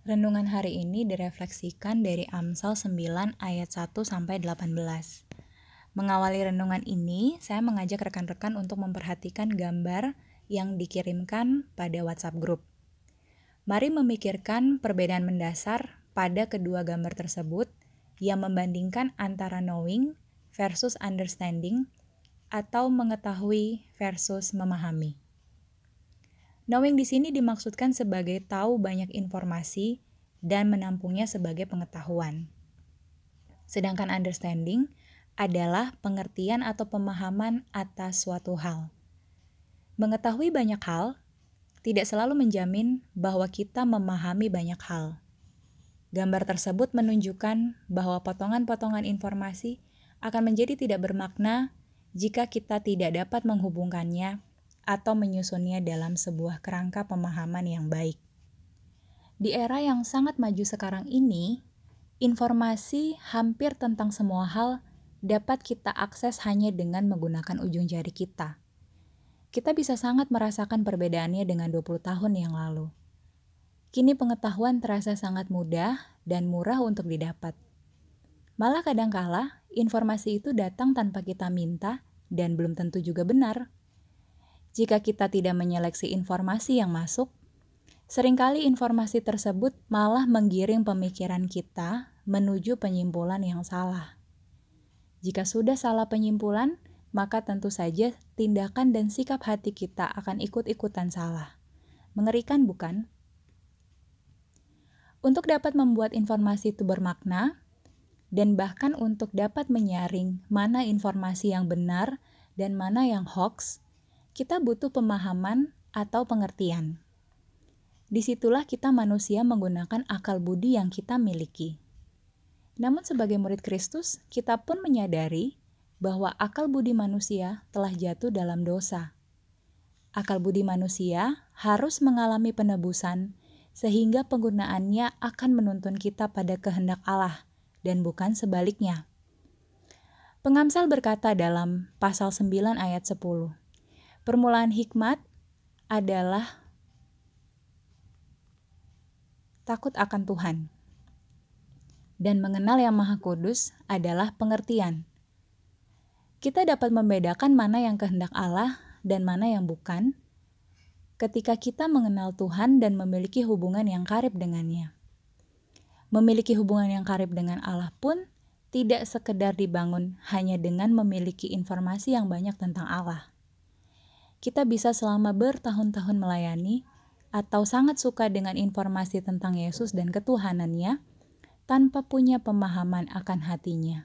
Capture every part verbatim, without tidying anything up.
Renungan hari ini direfleksikan dari Amsal sembilan ayat satu sampai delapan belas. Mengawali renungan ini, saya mengajak rekan-rekan untuk memperhatikan gambar yang dikirimkan pada WhatsApp group. Mari memikirkan perbedaan mendasar pada kedua gambar tersebut yang membandingkan antara knowing versus understanding atau mengetahui versus memahami. Knowing di sini dimaksudkan sebagai tahu banyak informasi dan menampungnya sebagai pengetahuan. Sedangkan understanding adalah pengertian atau pemahaman atas suatu hal. Mengetahui banyak hal tidak selalu menjamin bahwa kita memahami banyak hal. Gambar tersebut menunjukkan bahwa potongan-potongan informasi akan menjadi tidak bermakna jika kita tidak dapat menghubungkannya atau menyusunnya dalam sebuah kerangka pemahaman yang baik. Di era yang sangat maju sekarang ini, informasi hampir tentang semua hal dapat kita akses hanya dengan menggunakan ujung jari kita. Kita bisa sangat merasakan perbedaannya dengan dua puluh tahun yang lalu. Kini pengetahuan terasa sangat mudah dan murah untuk didapat. Malah kadangkala informasi itu datang tanpa kita minta dan belum tentu juga benar. Jika kita tidak menyeleksi informasi yang masuk, seringkali informasi tersebut malah menggiring pemikiran kita menuju penyimpulan yang salah. Jika sudah salah penyimpulan, maka tentu saja tindakan dan sikap hati kita akan ikut-ikutan salah. Mengerikan bukan? Untuk dapat membuat informasi itu bermakna, dan bahkan untuk dapat menyaring mana informasi yang benar dan mana yang hoax, kita butuh pemahaman atau pengertian. Disitulah kita manusia menggunakan akal budi yang kita miliki. Namun sebagai murid Kristus, kita pun menyadari bahwa akal budi manusia telah jatuh dalam dosa. Akal budi manusia harus mengalami penebusan sehingga penggunaannya akan menuntun kita pada kehendak Allah dan bukan sebaliknya. Pengamsal berkata dalam pasal sembilan ayat sepuluh, permulaan hikmat adalah takut akan Tuhan, dan mengenal Yang Maha Kudus adalah pengertian. Kita dapat membedakan mana yang kehendak Allah dan mana yang bukan, ketika kita mengenal Tuhan dan memiliki hubungan yang karib dengannya. Memiliki hubungan yang karib dengan Allah pun tidak sekedar dibangun hanya dengan memiliki informasi yang banyak tentang Allah. Kita bisa selama bertahun-tahun melayani atau sangat suka dengan informasi tentang Yesus dan ketuhanannya tanpa punya pemahaman akan hatinya.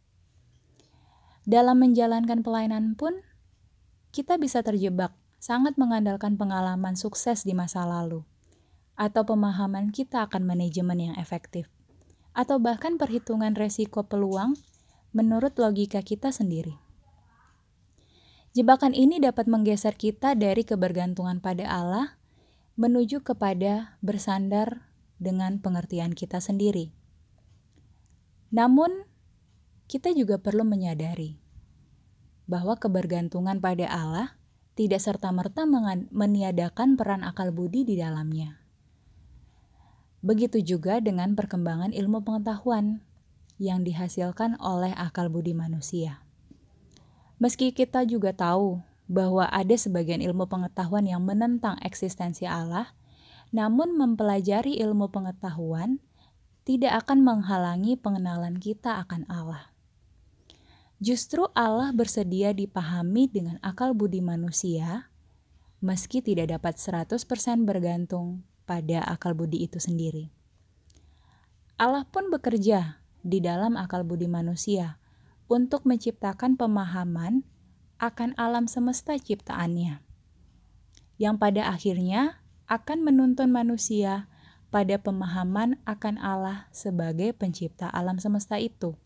Dalam menjalankan pelayanan pun, kita bisa terjebak sangat mengandalkan pengalaman sukses di masa lalu, atau pemahaman kita akan manajemen yang efektif, atau bahkan perhitungan resiko peluang menurut logika kita sendiri. Jebakan ini dapat menggeser kita dari kebergantungan pada Allah menuju kepada bersandar dengan pengertian kita sendiri. Namun, kita juga perlu menyadari bahwa kebergantungan pada Allah tidak serta-merta meniadakan peran akal budi di dalamnya. Begitu juga dengan perkembangan ilmu pengetahuan yang dihasilkan oleh akal budi manusia. Meski kita juga tahu bahwa ada sebagian ilmu pengetahuan yang menentang eksistensi Allah, namun mempelajari ilmu pengetahuan tidak akan menghalangi pengenalan kita akan Allah. Justru Allah bersedia dipahami dengan akal budi manusia, meski tidak dapat seratus persen bergantung pada akal budi itu sendiri. Allah pun bekerja di dalam akal budi manusia untuk menciptakan pemahaman akan alam semesta ciptaannya, yang pada akhirnya akan menuntun manusia pada pemahaman akan Allah sebagai pencipta alam semesta itu.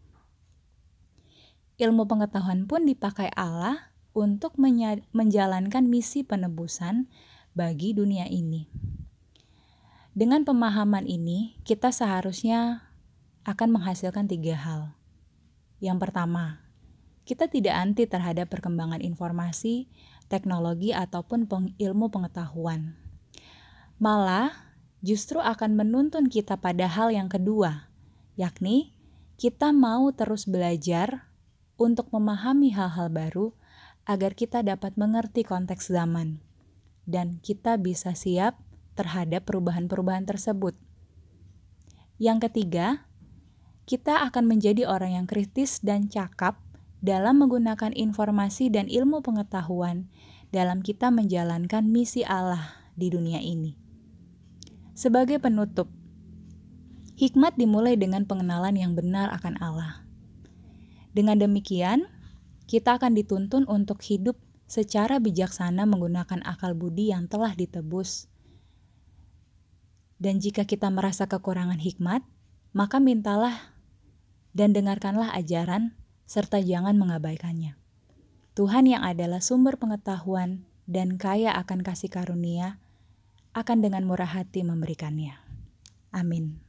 Ilmu pengetahuan pun dipakai Allah untuk menya- menjalankan misi penebusan bagi dunia ini. Dengan pemahaman ini, kita seharusnya akan menghasilkan tiga hal. Yang pertama, kita tidak anti terhadap perkembangan informasi, teknologi, ataupun peng- ilmu pengetahuan. Malah, justru akan menuntun kita pada hal yang kedua, yakni kita mau terus belajar untuk memahami hal-hal baru agar kita dapat mengerti konteks zaman dan kita bisa siap terhadap perubahan-perubahan tersebut. Yang ketiga, kita akan menjadi orang yang kritis dan cakap dalam menggunakan informasi dan ilmu pengetahuan dalam kita menjalankan misi Allah di dunia ini. Sebagai penutup, hikmat dimulai dengan pengenalan yang benar akan Allah. Dengan demikian, kita akan dituntun untuk hidup secara bijaksana menggunakan akal budi yang telah ditebus. Dan jika kita merasa kekurangan hikmat, maka mintalah dan dengarkanlah ajaran, serta jangan mengabaikannya. Tuhan yang adalah sumber pengetahuan dan kaya akan kasih karunia, akan dengan murah hati memberikannya. Amin.